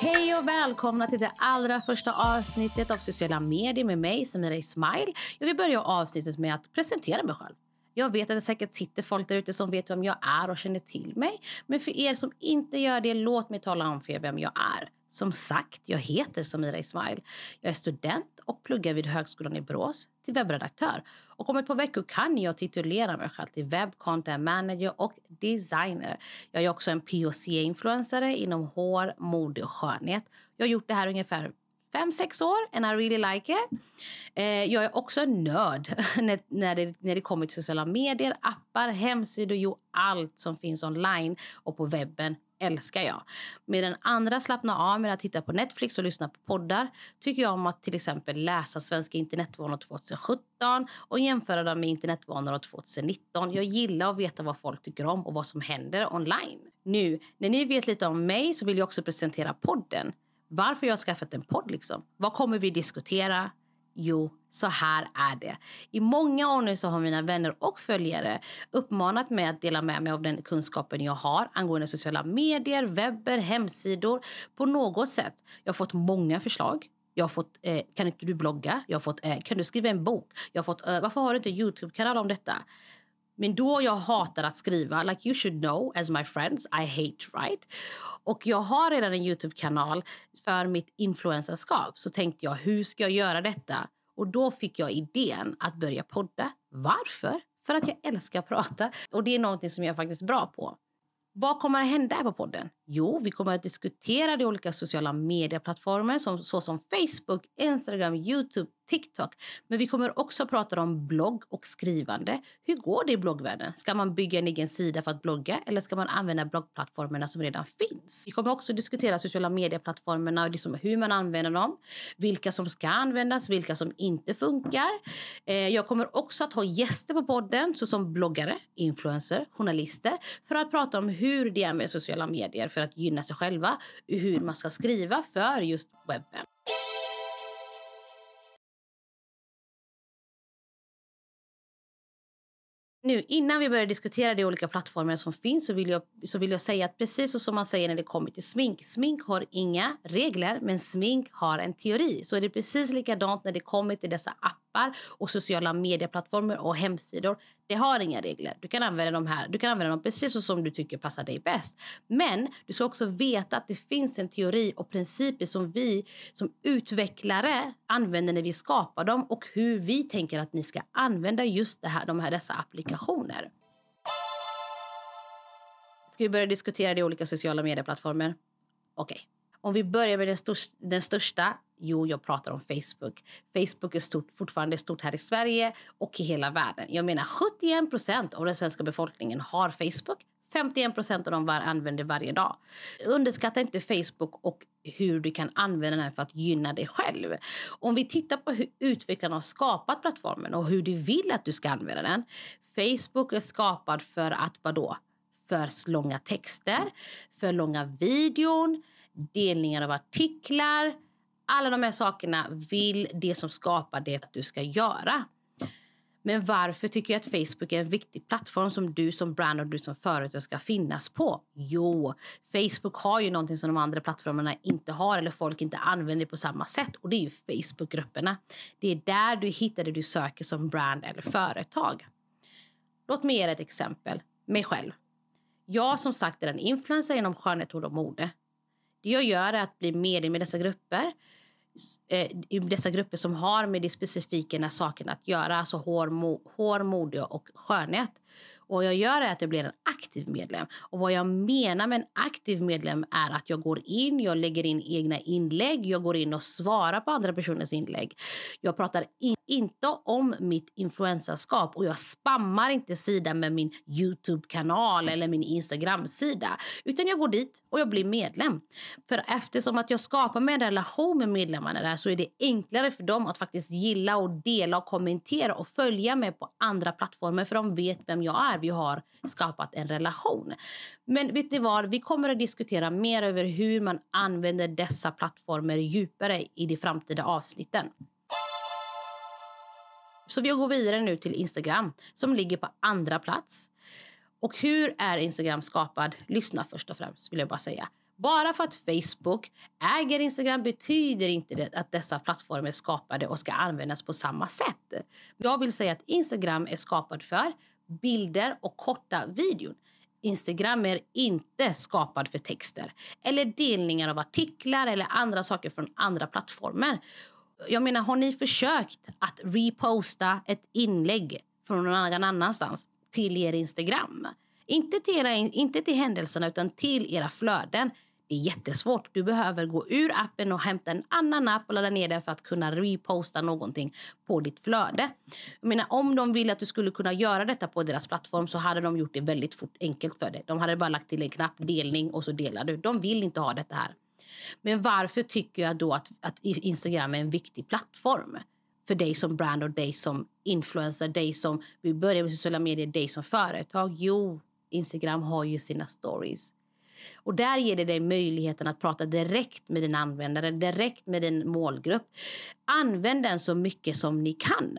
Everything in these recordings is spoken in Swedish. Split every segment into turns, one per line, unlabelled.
Hej och välkomna till det allra första avsnittet av sociala medier med mig, Samira Ismail. Jag vill börja avsnittet med att presentera mig själv. Jag vet att det säkert sitter folk där ute som vet vem jag är och känner till mig. Men för er som inte gör det, låt mig tala om för er vem jag är. Som sagt, jag heter Samira Ismail. Jag är student och pluggar vid Högskolan i Borås till webbredaktör. Och om ett par veckor kan jag titulera mig själv till web content manager och designer. Jag är också en POC-influencare inom hår, mode och skönhet. Jag har gjort det här ungefär 5-6 år and I really like it. Jag är också en nörd när det kommer till sociala medier, appar, hemsidor, allt som finns online och på webben älskar jag. Medan andra slappnar av med att titta på Netflix och lyssna på poddar tycker jag om att till exempel läsa svenska internetvanor 2017 och jämföra dem med internetvanor 2019. Jag gillar att veta vad folk tycker om och vad som händer online. Nu, när ni vet lite om mig så vill jag också presentera podden. Varför jag har skaffat en podd liksom? Vad kommer vi diskutera? Jo, så här är det. I många år nu så har mina vänner och följare uppmanat mig att dela med mig av den kunskapen jag har angående sociala medier, webber, hemsidor på något sätt. Jag har fått många förslag. Jag har fått, kan inte du blogga? Jag har fått, kan du skriva en bok? Jag har fått, varför har du inte en YouTube-kanal om detta? Men då jag hatar att skriva, like you should know as my friends, I hate write. Och jag har redan en YouTube-kanal för mitt influencerskap. Så tänkte jag, hur ska jag göra detta? Och då fick jag idén att börja podda. Varför? För att jag älskar att prata. Och det är någonting som jag är faktiskt bra på. Vad kommer att hända här på podden? Jo, vi kommer att diskutera de olika sociala medieplattformar såsom Facebook, Instagram, YouTube, TikTok. Men vi kommer också att prata om blogg och skrivande. Hur går det i bloggvärlden? Ska man bygga en egen sida för att blogga eller ska man använda bloggplattformarna som redan finns? Vi kommer också att diskutera sociala medieplattformarna och liksom hur man använder dem. Vilka som ska användas, vilka som inte funkar. Jag kommer också att ha gäster på podden såsom bloggare, influencer, journalister för att prata om hur det är med sociala medier för att gynna sig själva och hur man ska skriva för just webben. Nu, innan vi börjar diskutera de olika plattformar som finns så vill jag säga att precis som man säger när det kommer till smink. Smink har inga regler men smink har en teori. Så är det precis likadant när det kommer till dessa appar och sociala medieplattformar och hemsidor. Det har inga regler. Du kan använda dem här. Du kan använda dem precis så som du tycker passar dig bäst. Men du ska också veta att det finns en teori och principer som vi som utvecklare använder när vi skapar dem och hur vi tänker att ni ska använda just dessa applikationer. Ska vi börja diskutera de olika sociala medieplattformar? Okej. Om vi börjar med den största, jag pratar om Facebook. Facebook är fortfarande stort här i Sverige och i hela världen. Jag menar 71% av den svenska befolkningen har Facebook. 51% av dem använder varje dag. Underskatta inte Facebook och hur du kan använda den för att gynna dig själv. Om vi tittar på hur utvecklarna har skapat plattformen och hur de vill att du ska använda den. Facebook är skapad för att vadå? För långa texter, för långa videon, delningar av artiklar. Alla de här sakerna vill det som skapar det att du ska göra. Men varför tycker jag att Facebook är en viktig plattform som du som brand och du som företag ska finnas på? Jo, Facebook har ju någonting som de andra plattformarna inte har eller folk inte använder på samma sätt. Och det är ju Facebook-grupperna. Det är där du hittar det du söker som brand eller företag. Låt mig ge ett exempel. Mig själv. Jag som sagt är en influencer inom skönhet och mode. Det jag gör är att bli medlem i dessa grupper. I dessa grupper som har med de specifika sakerna att göra. Alltså hår, mode och skönhet. Och jag gör är att jag blir en aktiv medlem. Och vad jag menar med en aktiv medlem är att jag går in, jag lägger in egna inlägg. Jag går in och svarar på andra personers inlägg. Jag pratar inte om mitt influencerskap. Och jag spammar inte sidan med min YouTube-kanal eller min Instagram-sida. Utan jag går dit och jag blir medlem. För eftersom att jag skapar med en relation med medlemmarna där så är det enklare för dem att faktiskt gilla och dela och kommentera och följa med på andra plattformar. För de vet vem jag är. Vi har skapat en relation. Men vet ni vad? Vi kommer att diskutera mer över hur man använder dessa plattformar djupare i de framtida avsnitten. Så vi går vidare nu till Instagram som ligger på andra plats. Och hur är Instagram skapad? Lyssna först och främst vill jag bara säga. Bara för att Facebook äger Instagram betyder inte det att dessa plattformar är skapade och ska användas på samma sätt. Jag vill säga att Instagram är skapad för bilder och korta videor. Instagram är inte skapad för texter eller delningar av artiklar eller andra saker från andra plattformar. Jag menar, har ni försökt att reposta ett inlägg från någon annanstans till er Instagram? Inte till händelserna utan till era flöden. Det är jättesvårt. Du behöver gå ur appen och hämta en annan app och ladda ner den för att kunna reposta någonting på ditt flöde. Jag menar, om de ville att du skulle kunna göra detta på deras plattform så hade de gjort det väldigt enkelt för dig. De hade bara lagt till en knapp delning och så delar du. De vill inte ha detta här. Men varför tycker jag då att Instagram är en viktig plattform? För dig som brand och dig som influencer, dig som vill börja med sociala medier, dig som företag. Jo, Instagram har ju sina stories. Och där ger det dig möjligheten att prata direkt med din användare, direkt med din målgrupp. Använd den så mycket som ni kan.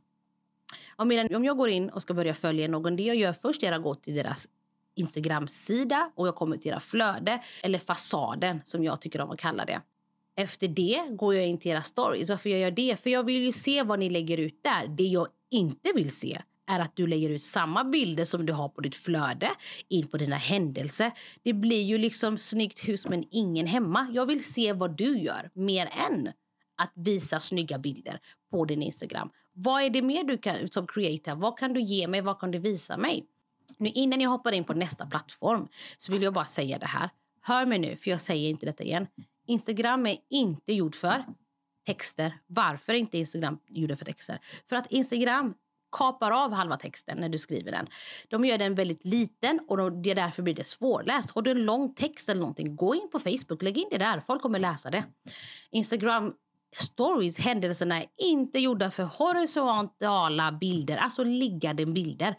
Om jag går in och ska börja följa någon, det jag gör först är att gå till deras Instagram-sida och jag kommer till era flöde eller fasaden som jag tycker om att kalla det. Efter det går jag in till era stories. Varför jag gör det? För jag vill ju se vad ni lägger ut där. Det jag inte vill se är att du lägger ut samma bilder som du har på ditt flöde in på dina händelser. Det blir ju liksom snyggt hus men ingen hemma. Jag vill se vad du gör mer än att visa snygga bilder på din Instagram. Vad är det mer du kan som creator? Vad kan du ge mig? Vad kan du visa mig? Nu innan jag hoppar in på nästa plattform så vill jag bara säga det här. Hör mig nu, för jag säger inte detta igen. Instagram är inte gjord för texter. Varför är inte Instagram gjord för texter? För att Instagram kapar av halva texten när du skriver den. De gör den väldigt liten och det därför blir det svårläst. Har du en lång text eller någonting, gå in på Facebook, lägg in det där. Folk kommer läsa det. Instagram stories, händelserna är inte gjorda för horisontala bilder, alltså liggande bilder.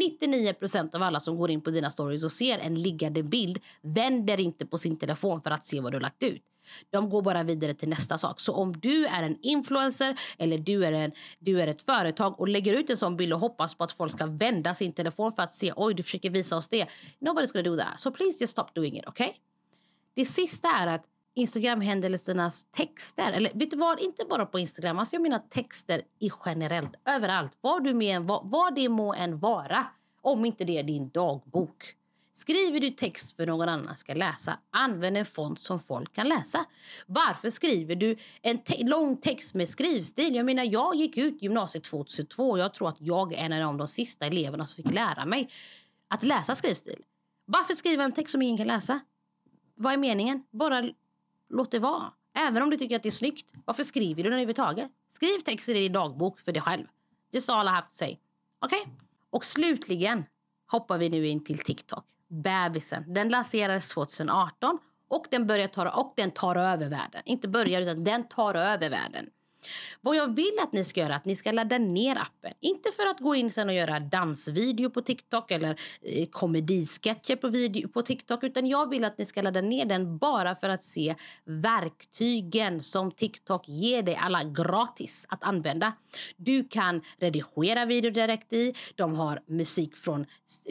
99% av alla som går in på dina stories och ser en liggande bild vänder inte på sin telefon för att se vad du har lagt ut. De går bara vidare till nästa sak. Så om du är en influencer eller du är ett företag och lägger ut en sån bild och hoppas på att folk ska vända sin telefon för att se, oj, du försöker visa oss det. Nobody's gonna do that. So please just stop doing it, okay? Det sista är att Instagram-händelsernas texter, eller vet du vad, inte bara på Instagram, alltså jag menar texter i generellt, överallt, vad det må än vara, om inte det är din dagbok. Skriver du text för någon annan ska läsa, använd en font som folk kan läsa. Varför skriver du en lång text med skrivstil? Jag menar, jag gick ut gymnasiet 2002 och jag tror att jag är en av de sista eleverna som fick lära mig att läsa skrivstil. Varför skriva en text som ingen kan läsa? Vad är meningen? Bara låt det vara. Även om du tycker att det är snyggt. Varför skriver du den överhuvudtaget? Skriv texter i din dagbok för dig själv. That's all I have to say. Okej? Okay? Och slutligen hoppar vi nu in till TikTok. Bebisen. Den lanserades 2018 och den tar över världen. Inte börjar utan den tar över världen. Vad jag vill att ni ska göra är att ni ska ladda ner appen. Inte för att gå in sen och göra dansvideo på TikTok eller komedisketcher på TikTok. Utan jag vill att ni ska ladda ner den bara för att se verktygen som TikTok ger dig alla gratis att använda. Du kan redigera video direkt i. De har musik från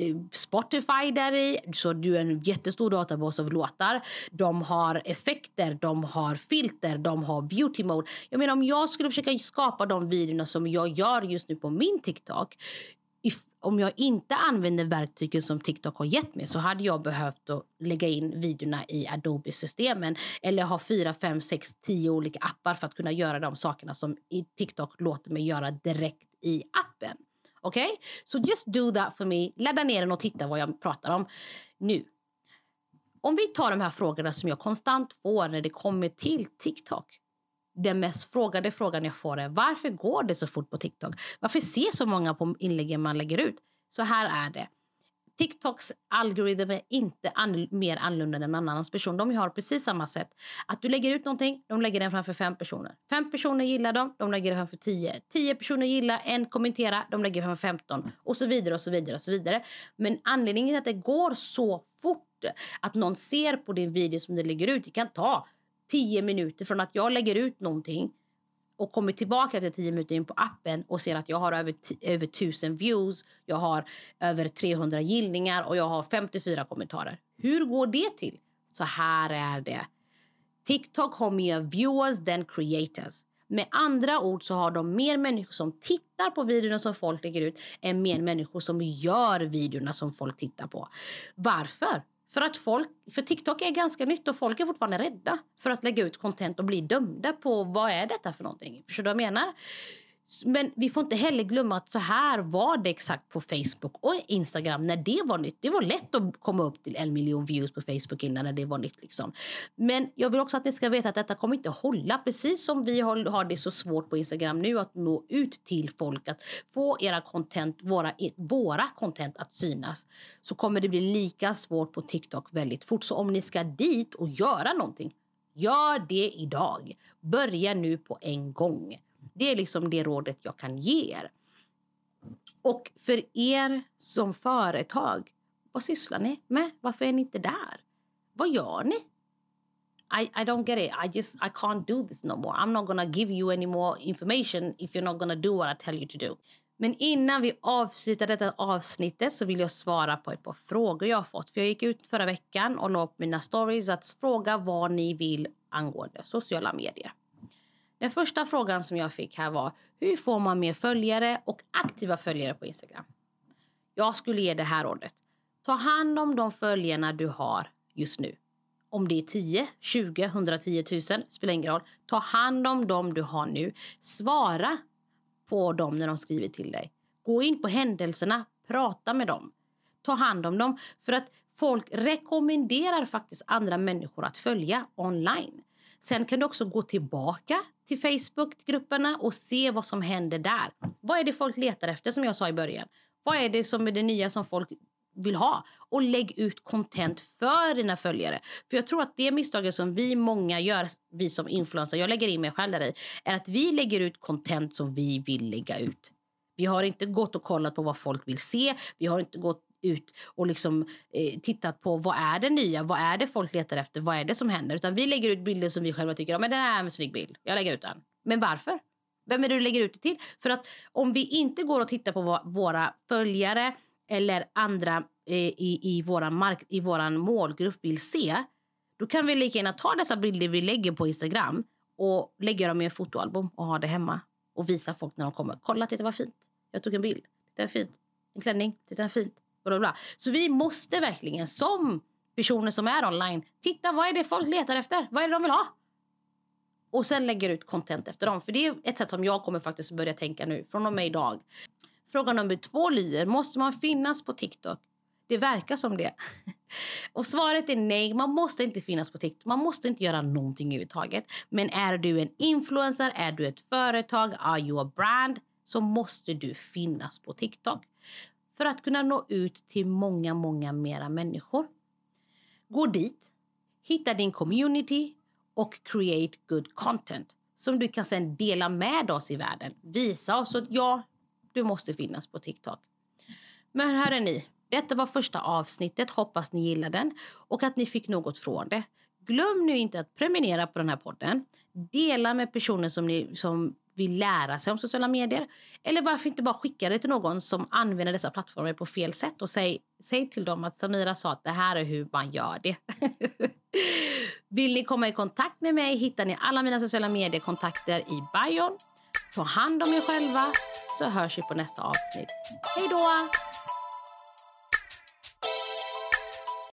Spotify där i. Så du är en jättestor databas av låtar. De har effekter, de har filter, de har beauty mode. Jag menar, om jag skulle försöka skapa de videorna som jag gör just nu på min TikTok, om jag inte använder verktygen som TikTok har gett mig, så hade jag behövt att lägga in videorna i Adobe-systemen eller ha 4, 5, 6, 10 olika appar för att kunna göra de sakerna som TikTok låter mig göra direkt i appen. Okej? Så just do that for me. Ladda ner den och titta vad jag pratar om nu. Om vi tar de här frågorna som jag konstant får när det kommer till TikTok. Den mest frågade frågan jag får är: varför går det så fort på TikTok? Varför ser så många på inläggen man lägger ut? Så här är det. TikToks algoritm är inte mer annorlunda än en annan person. De har precis samma sätt. Att du lägger ut någonting, de lägger den framför 5 personer. 5 personer gillar dem, de lägger den framför 10. 10 personer gillar, en kommenterar, de lägger den framför 15. Och så vidare och så vidare och så vidare. Men anledningen till att det går så fort att någon ser på din video som du lägger ut, det kan ta 10 minuter från att jag lägger ut någonting och kommer tillbaka efter 10 minuter in på appen och ser att jag har över 1000 views, jag har över 300 gillningar och jag har 54 kommentarer. Hur går det till? Så här är det. TikTok har mer viewers than creators. Med andra ord så har de mer människor som tittar på videorna som folk lägger ut än mer människor som gör videorna som folk tittar på. Varför? För TikTok är ganska nytt och folk är fortfarande rädda för att lägga ut content och bli dömda på vad är detta för någonting. Förstår du vad jag menar? Men vi får inte heller glömma att så här var det exakt på Facebook och Instagram när det var nytt. Det var lätt att komma upp till 1 miljon views på Facebook innan när det var nytt liksom. Men jag vill också att ni ska veta att detta kommer inte hålla. Precis som vi har det så svårt på Instagram nu att nå ut till folk, att få era content, våra content att synas, så kommer det bli lika svårt på TikTok väldigt fort. Så om ni ska dit och göra någonting, gör det idag. Börja nu på en gång. Det är liksom det rådet jag kan ge er. Och för er som företag, vad sysslar ni med? Varför är ni inte där? Vad gör ni? I don't get it. I can't do this no more. I'm not gonna give you any more information if you're not gonna do what I tell you to do. Men innan vi avslutar detta avsnittet så vill jag svara på ett par frågor jag har fått. För jag gick ut förra veckan och la upp mina stories att fråga vad ni vill angående sociala medier. Den första frågan som jag fick här var: hur får man mer följare och aktiva följare på Instagram? Jag skulle ge det här rådet. Ta hand om de följarna du har just nu. Om det är 10, 20, 110 000, spelar ingen roll. Ta hand om dem du har nu. Svara på dem när de skriver till dig. Gå in på händelserna, prata med dem. Ta hand om dem, för att folk rekommenderar faktiskt andra människor att följa online. Sen kan du också gå tillbaka till Facebook-grupperna och se vad som händer där. Vad är det folk letar efter, som jag sa i början? Vad är det som är det nya som folk vill ha? Och lägg ut content för dina följare. För jag tror att det misstaget som vi många gör, vi som influencer, jag lägger in mig själv där i, är att vi lägger ut content som vi vill lägga ut. Vi har inte gått och kollat på vad folk vill se. Vi har inte gått ut och liksom tittat på vad är det nya, vad är det folk letar efter, vad är det som händer, utan vi lägger ut bilder som vi själva tycker om. Men det här är en snygg bild, jag lägger ut den. Men varför? Vem är det du lägger ut det till? För att om vi inte går och tittar på vad våra följare eller andra i våran målgrupp vill se, då kan vi lika gärna ta dessa bilder vi lägger på Instagram och lägga dem i en fotoalbum och ha det hemma och visa folk när de kommer. Kolla, titta vad fint, jag tog en bild, det är fint, en klänning, titta vad fint. Så vi måste verkligen som personer som är online titta, vad är det folk letar efter? Vad är det de vill ha? Och sen lägger ut content efter dem. För det är ett sätt som jag kommer faktiskt börja tänka nu från och med idag. Fråga nummer 2 lyder: måste man finnas på TikTok? Det verkar som det. Och svaret är nej, man måste inte finnas på TikTok. Man måste inte göra någonting överhuvudtaget. Men är du en influencer, är du ett företag, are you a brand, så måste du finnas på TikTok. För att kunna nå ut till många, många mera människor. Gå dit, hitta din community och create good content. Som du kan sedan dela med oss i världen. Visa oss att ja, du måste finnas på TikTok. Men hörde ni, detta var första avsnittet. Hoppas ni gillade den och att ni fick något från det. Glöm nu inte att prenumerera på den här podden. Dela med personer som vill lära sig om sociala medier. Eller varför inte bara skicka det till någon som använder dessa plattformar på fel sätt. Och säg till dem att Samira sa att det här är hur man gör det. Vill ni komma i kontakt med mig hittar ni alla mina sociala mediekontakter i bion. Ta hand om er själva så hörs vi på nästa avsnitt. Hej då!